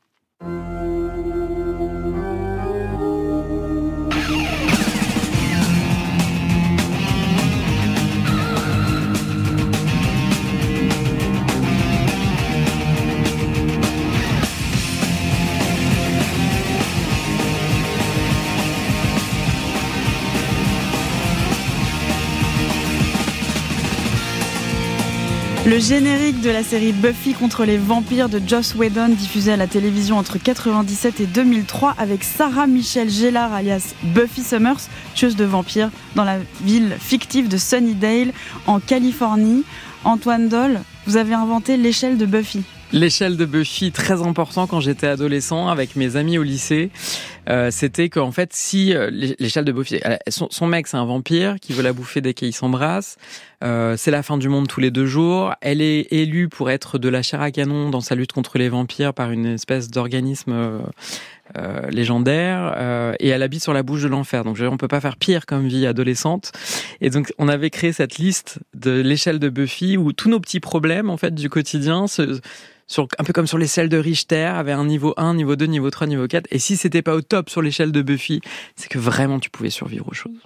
Le générique de la série Buffy contre les vampires de Joss Whedon, diffusée à la télévision entre 1997 et 2003, avec Sarah Michelle Gellar alias Buffy Summers, tueuse de vampires, dans la ville fictive de Sunnydale, en Californie. Antoine Doll, vous avez inventé l'échelle de Buffy. L'échelle de Buffy, très important quand j'étais adolescent avec mes amis au lycée, c'était qu'en fait, si l'échelle de Buffy, son mec c'est un vampire qui veut la bouffer dès qu'ils s'embrassent, c'est la fin du monde tous les 2 jours, elle est élue pour être de la chair à canon dans sa lutte contre les vampires par une espèce d'organisme légendaire, et elle habite sur la bouche de l'enfer. Donc on peut pas faire pire comme vie adolescente. Et donc on avait créé cette liste de l'échelle de Buffy où tous nos petits problèmes en fait du quotidien un peu comme sur l'échelle de Richter, avait un niveau 1, niveau 2, niveau 3, niveau 4. Et si c'était pas au top sur l'échelle de Buffy, c'est que vraiment tu pouvais survivre aux choses.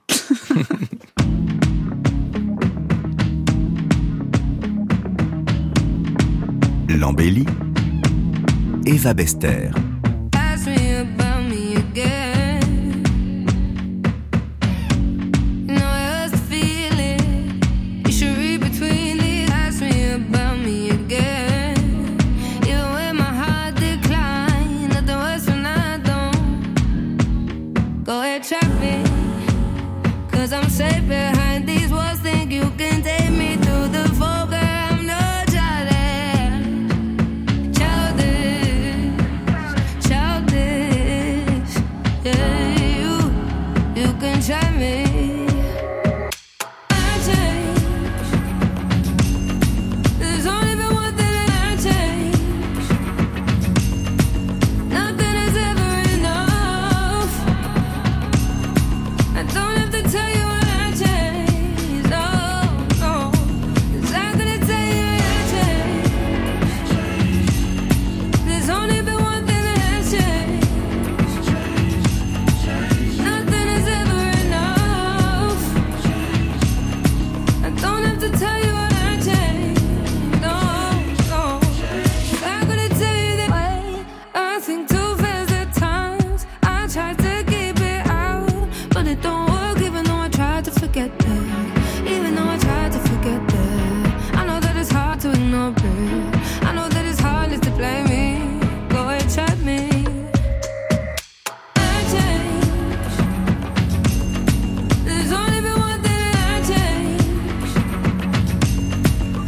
L'embellie, Eva Bester. I'm safe behind these walls, think you can take me to the fall, girl, I'm no childish, yeah, you can try me. I change, there's only been one thing that I change, nothing is ever enough, I don't have to tell you.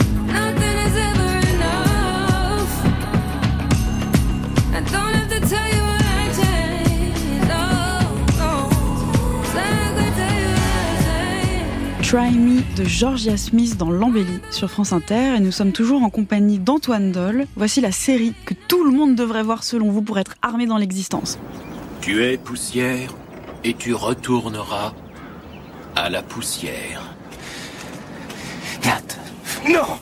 Tell you Try Me de Georgia Smith dans l'Embellie sur France Inter et nous sommes toujours en compagnie d'Antoine Doll. Voici la série que tout le monde devrait voir selon vous pour être armé dans l'existence. Tu es poussière et tu retourneras à la poussière. Nat, non!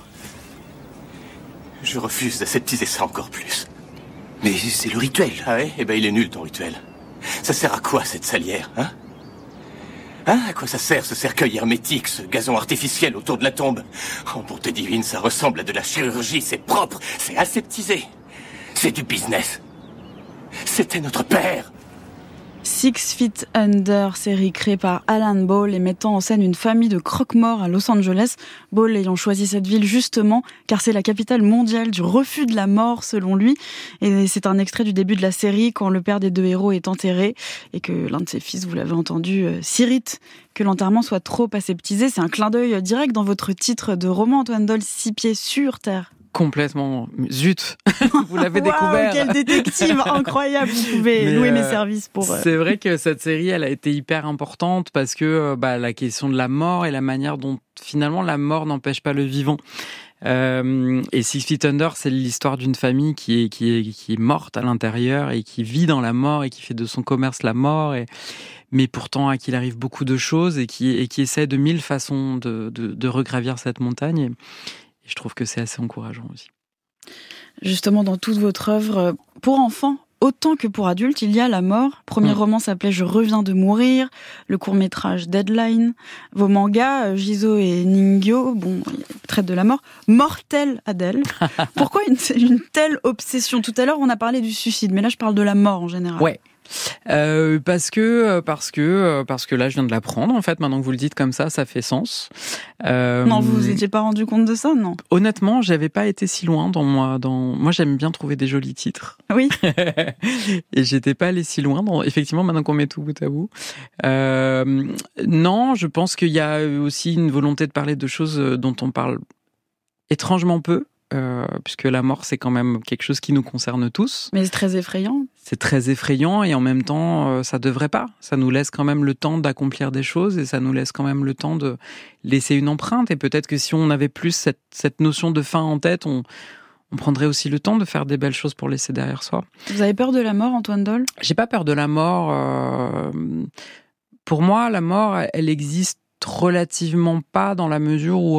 Je refuse d'aseptiser ça encore plus. Mais c'est le rituel. Ah ouais? Eh ben il est nul ton rituel. Ça sert à quoi cette salière, hein? Hein? À quoi ça sert ce cercueil hermétique, ce gazon artificiel autour de la tombe? Oh bonté divine, ça ressemble à de la chirurgie, c'est propre, c'est aseptisé. C'est du business. C'était notre père. 6 Feet Under, série créée par Alan Ball et mettant en scène une famille de croque-morts à Los Angeles. Ball ayant choisi cette ville justement car c'est la capitale mondiale du refus de la mort selon lui. Et c'est un extrait du début de la série quand le père des deux héros est enterré et que l'un de ses fils, vous l'avez entendu, s'irrite que l'enterrement soit trop aseptisé. C'est un clin d'œil direct dans votre titre de roman, Antoine Doll, 6 pieds sur terre. Complètement. Zut, vous l'avez découvert. Quel détective incroyable. Vous pouvez louer mes services pour... C'est vrai que cette série, elle a été hyper importante parce que la question de la mort et la manière dont finalement la mort n'empêche pas le vivant. Et 6 Feet Under, c'est l'histoire d'une famille qui est morte à l'intérieur et qui vit dans la mort et qui fait de son commerce la mort. Mais pourtant, à qui il arrive beaucoup de choses et qui essaie de 1000 façons de regravir cette montagne. Et je trouve que c'est assez encourageant aussi. Justement, dans toute votre œuvre, pour enfants, autant que pour adultes, il y a la mort. Premier roman s'appelait « Je reviens de mourir », le court-métrage « Deadline ». Vos mangas, Jizo et Ningyo, traitent de la mort. Mortel Adèle. Pourquoi une telle obsession? Tout à l'heure, on a parlé du suicide, mais là, je parle de la mort en général. Ouais. Parce que là je viens de l'apprendre en fait. Maintenant que vous le dites comme ça fait sens. Non, vous vous étiez pas rendu compte de ça, non? Honnêtement, j'avais pas été si loin moi j'aime bien trouver des jolis titres. Oui. Et j'étais pas allé si loin. Effectivement, maintenant qu'on met tout bout à bout. Non, je pense qu'il y a aussi une volonté de parler de choses dont on parle étrangement peu. Puisque la mort, c'est quand même quelque chose qui nous concerne tous. Mais c'est très effrayant. C'est très effrayant et en même temps, ça devrait pas. Ça nous laisse quand même le temps d'accomplir des choses et ça nous laisse quand même le temps de laisser une empreinte. Et peut-être que si on avait plus cette notion de fin en tête, on prendrait aussi le temps de faire des belles choses pour laisser derrière soi. Vous avez peur de la mort, Antoine Doll? J'ai pas peur de la mort. Pour moi, la mort, elle existe relativement pas dans la mesure où...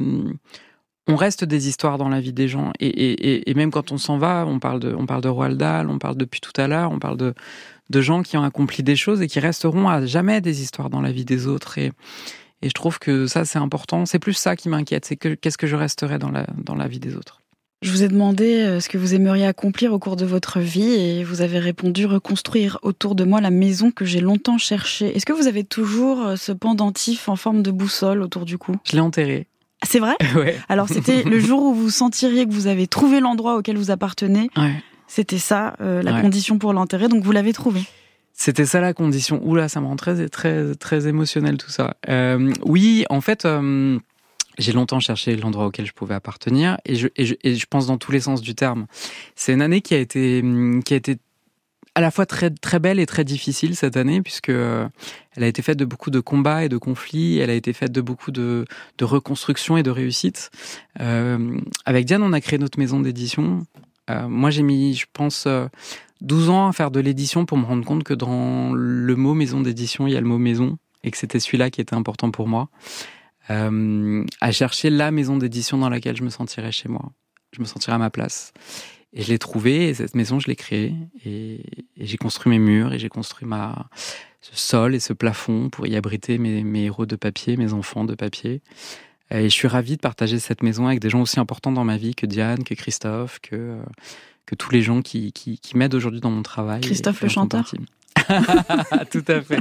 on reste des histoires dans la vie des gens et même quand on s'en va, on parle de Roald Dahl, on parle depuis tout à l'heure, on parle de gens qui ont accompli des choses et qui resteront à jamais des histoires dans la vie des autres et je trouve que ça c'est important. C'est plus ça qui m'inquiète, c'est qu'est-ce que je resterai dans la vie des autres. Je vous ai demandé ce que vous aimeriez accomplir au cours de votre vie et vous avez répondu reconstruire autour de moi la maison que j'ai longtemps cherchée. Est-ce que vous avez toujours ce pendentif en forme de boussole autour du cou? Je l'ai enterré. C'est vrai? Ouais. Alors c'était le jour où vous sentiriez que vous avez trouvé l'endroit auquel vous appartenez. Ouais. C'était ça la condition pour l'enterrer, donc vous l'avez trouvé. C'était ça la condition. Oula, ça me rend très, très, très émotionnel tout ça. Oui, en fait, j'ai longtemps cherché l'endroit auquel je pouvais appartenir et je pense dans tous les sens du terme. C'est une année qui a été à la fois très, très belle et très difficile cette année, puisque elle a été faite de beaucoup de combats et de conflits, elle a été faite de beaucoup de reconstruction et de réussite. Avec Diane, on a créé notre maison d'édition. Moi, j'ai mis, je pense, 12 ans à faire de l'édition pour me rendre compte que dans le mot maison d'édition, il y a le mot maison, et que c'était celui-là qui était important pour moi. À chercher la maison d'édition dans laquelle je me sentirais chez moi. Je me sentirais à ma place. Et je l'ai trouvée, et cette maison, je l'ai créée. Et j'ai construit mes murs, et j'ai construit ce sol et ce plafond pour y abriter mes héros de papier, mes enfants de papier. Et je suis ravi de partager cette maison avec des gens aussi importants dans ma vie que Diane, que Christophe, que tous les gens qui m'aident aujourd'hui dans mon travail. Christophe le chanteur. Tout à fait.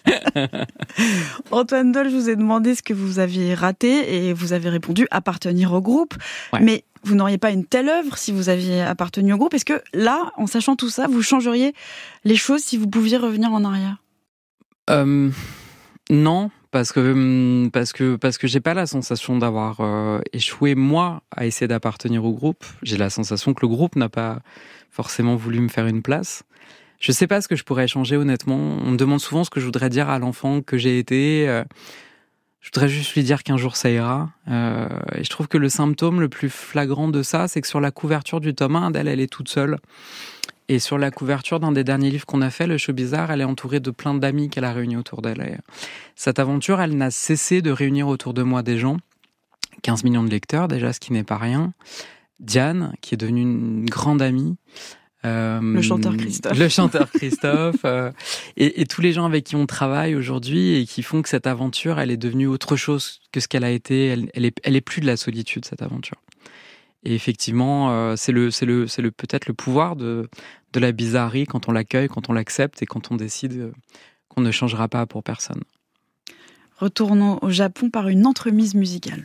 Antoine Doll, je vous ai demandé ce que vous aviez raté et vous avez répondu appartenir au groupe. Ouais. Mais vous n'auriez pas une telle œuvre si vous aviez appartenu au groupe. Est-ce que là, en sachant tout ça, vous changeriez les choses si vous pouviez revenir en arrière? Non, parce que j'ai pas la sensation d'avoir échoué moi à essayer d'appartenir au groupe. J'ai la sensation que le groupe n'a pas forcément voulu me faire une place. Je sais pas ce que je pourrais changer honnêtement. On me demande souvent ce que je voudrais dire à l'enfant que j'ai été. Je voudrais juste lui dire qu'un jour ça ira. Et je trouve que le symptôme le plus flagrant de ça, c'est que sur la couverture du tome 1, elle est toute seule. Et sur la couverture d'un des derniers livres qu'on a fait, Le Show Bizarre, elle est entourée de plein d'amis qu'elle a réunis autour d'elle. Et cette aventure, elle n'a cessé de réunir autour de moi des gens. 15 millions de lecteurs, déjà, ce qui n'est pas rien. Diane, qui est devenue une grande amie. Le chanteur Christophe. Le chanteur Christophe. Et tous les gens avec qui on travaille aujourd'hui et qui font que cette aventure, elle est devenue autre chose que ce qu'elle a été. Elle est plus de la solitude, cette aventure. Et effectivement, c'est peut-être le pouvoir de la bizarrerie quand on l'accueille, quand on l'accepte et quand on décide qu'on ne changera pas pour personne. Retournons au Japon par une entremise musicale.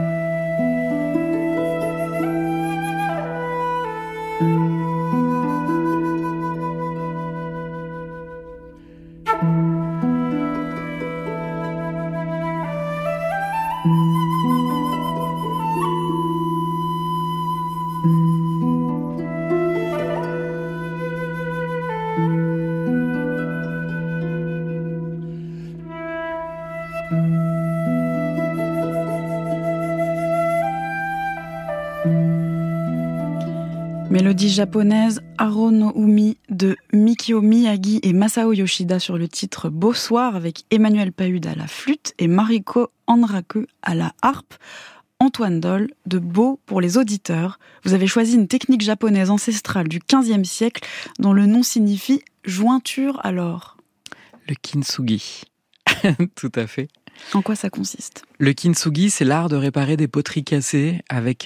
Mélodie japonaise Haro no Umi de Mikio Miyagi et Masao Yoshida sur le titre Beau Soir avec Emmanuel Pahud à la flûte et Mariko Anraku à la harpe. Antoine Doll de Beau pour les auditeurs. Vous avez choisi une technique japonaise ancestrale du XVe siècle dont le nom signifie jointure alors. Le kintsugi. Tout à fait. En quoi ça consiste ? Le kintsugi, c'est l'art de réparer des poteries cassées avec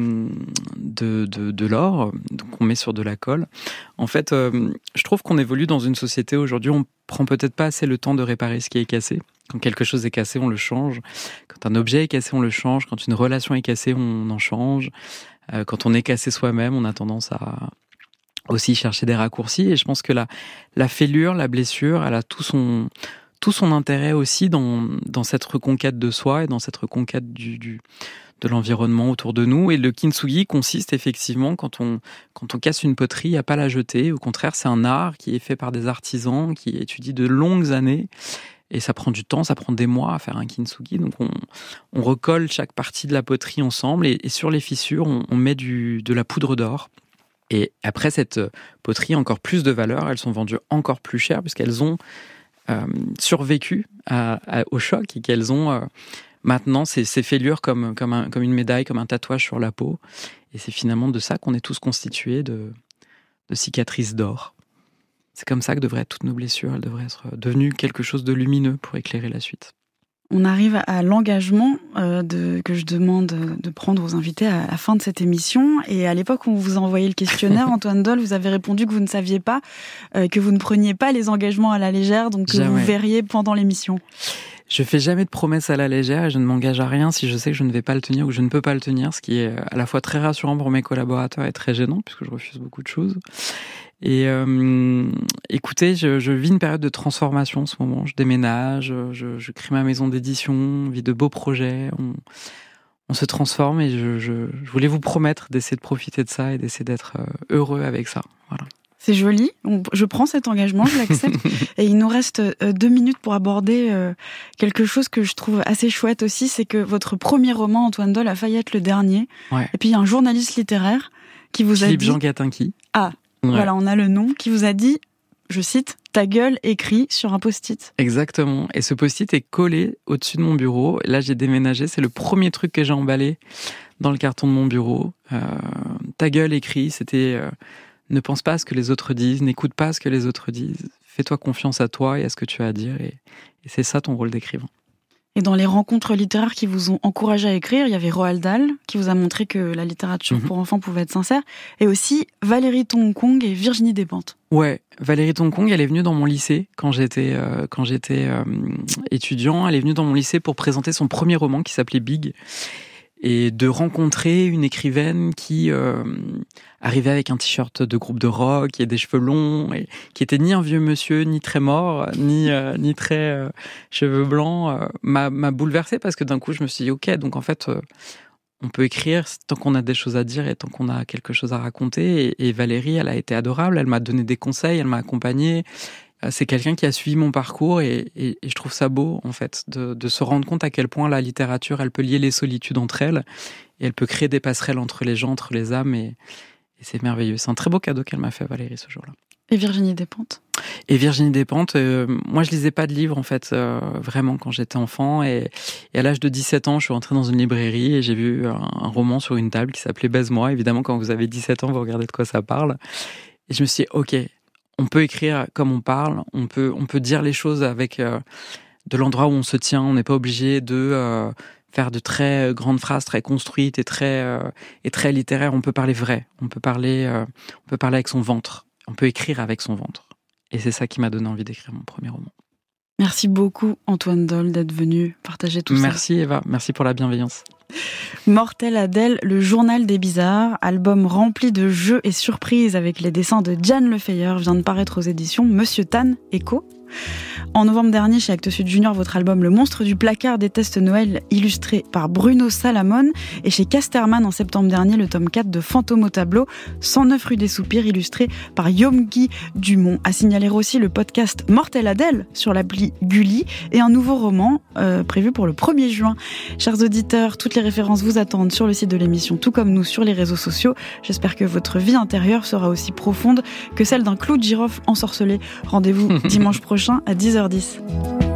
de l'or qu'on met sur de la colle. En fait, je trouve qu'on évolue dans une société aujourd'hui, on prend peut-être pas assez le temps de réparer ce qui est cassé. Quand quelque chose est cassé, on le change. Quand un objet est cassé, on le change. Quand une relation est cassée, on en change. Quand on est cassé soi-même, on a tendance à aussi chercher des raccourcis. Et je pense que la fêlure, la blessure, elle a tout son intérêt aussi dans cette reconquête de soi et dans cette reconquête de l'environnement autour de nous. Et le kintsugi consiste effectivement, quand on casse une poterie, à pas la jeter. Au contraire, c'est un art qui est fait par des artisans, qui étudient de longues années. Et ça prend du temps, ça prend des mois à faire un kintsugi. Donc on recolle chaque partie de la poterie ensemble et sur les fissures, on met de la poudre d'or. Et après, cette poterie a encore plus de valeur. Elles sont vendues encore plus cher puisqu'elles ont survécu au choc et qu'elles ont maintenant ces fêlures comme une médaille, comme un tatouage sur la peau. Et c'est finalement de ça qu'on est tous constitués, de cicatrices d'or. C'est comme ça que devraient être toutes nos blessures. Elles devraient être devenues quelque chose de lumineux pour éclairer la suite. On arrive à l'engagement que je demande de prendre aux invités à la fin de cette émission. Et à l'époque où on vous a envoyé le questionnaire, Antoine Doll, vous avez répondu que vous ne saviez pas, que vous ne preniez pas les engagements à la légère, donc que jamais. vous verriez pendant l'émission. Je fais jamais de promesses à la légère et je ne m'engage à rien si je sais que je ne vais pas le tenir ou que je ne peux pas le tenir, ce qui est à la fois très rassurant pour mes collaborateurs et très gênant puisque je refuse beaucoup de choses. Et écoutez, je vis une période de transformation en ce moment. Je déménage, je crée ma maison d'édition, on vit de beaux projets, on se transforme et je voulais vous promettre d'essayer de profiter de ça et d'essayer d'être heureux avec ça. Voilà. C'est joli, je prends cet engagement, je l'accepte. Et il nous reste 2 minutes pour aborder quelque chose que je trouve assez chouette aussi, c'est que votre premier roman, Antoine Doll, a failli être le dernier. Ouais. Et puis il y a un journaliste littéraire qui vous a dit... Philippe Jean Gatinki. Ah, ouais. Voilà, on a le nom, qui vous a dit, je cite, « Ta gueule écrit sur un post-it ». Exactement. Et ce post-it est collé au-dessus de mon bureau. Là, j'ai déménagé. C'est le premier truc que j'ai emballé dans le carton de mon bureau. Ta gueule écrit, c'était... ne pense pas à ce que les autres disent, n'écoute pas ce que les autres disent. Fais-toi confiance à toi et à ce que tu as à dire. Et c'est ça ton rôle d'écrivain. Et dans les rencontres littéraires qui vous ont encouragé à écrire, il y avait Roald Dahl, qui vous a montré que la littérature pour enfants pouvait être sincère, et aussi Valérie Tong-Kong et Virginie Despentes. Ouais, Valérie Tong-Kong, elle est venue dans mon lycée quand j'étais étudiant. Elle est venue dans mon lycée pour présenter son premier roman qui s'appelait Big. Et de rencontrer une écrivaine qui arrivait avec un t-shirt de groupe de rock et des cheveux longs, et qui était ni un vieux monsieur, ni très mort, ni très cheveux blancs, m'a bouleversé parce que d'un coup je me suis dit ok, donc en fait on peut écrire tant qu'on a des choses à dire et tant qu'on a quelque chose à raconter. Et Valérie, elle a été adorable, elle m'a donné des conseils, elle m'a accompagné. C'est quelqu'un qui a suivi mon parcours et je trouve ça beau, en fait, de se rendre compte à quel point la littérature, elle peut lier les solitudes entre elles et elle peut créer des passerelles entre les gens, entre les âmes et c'est merveilleux. C'est un très beau cadeau qu'elle m'a fait, Valérie, ce jour-là. Et Virginie Despentes ? Et Virginie Despentes, moi je lisais pas de livres en fait, vraiment quand j'étais enfant et à l'âge de 17 ans je suis rentré dans une librairie et j'ai vu un roman sur une table qui s'appelait Baise-moi. Évidemment quand vous avez 17 ans vous regardez de quoi ça parle et je me suis dit ok, on peut écrire comme on parle, on peut dire les choses avec de l'endroit où on se tient, on n'est pas obligé de faire de très grandes phrases très construites et très littéraires, on peut parler vrai, on peut parler avec son ventre, on peut écrire avec son ventre. Et c'est ça qui m'a donné envie d'écrire mon premier roman. Merci beaucoup Antoine Doll d'être venu partager tout ça. Merci Eva, merci pour la bienveillance. Mortelle Adèle, le journal des bizarres, album rempli de jeux et surprises avec les dessins de Diane Lefeyer, vient de paraître aux éditions Monsieur Tan & Co. En novembre dernier, chez Actes Sud Junior, votre album Le Monstre du placard déteste Noël, illustré par Bruno Salamone. Et chez Casterman, en septembre dernier, le tome 4 de Fantôme au tableau, 109 rue des Soupirs, illustré par Yomgi Dumont. À signaler aussi le podcast Mortelle Adèle sur l'appli Gulli et un nouveau roman prévu pour le 1er juin. Chers auditeurs, toutes les références vous attendent sur le site de l'émission, tout comme nous sur les réseaux sociaux. J'espère que votre vie intérieure sera aussi profonde que celle d'un clou de girofle ensorcelé. Rendez-vous dimanche prochain à 10h10.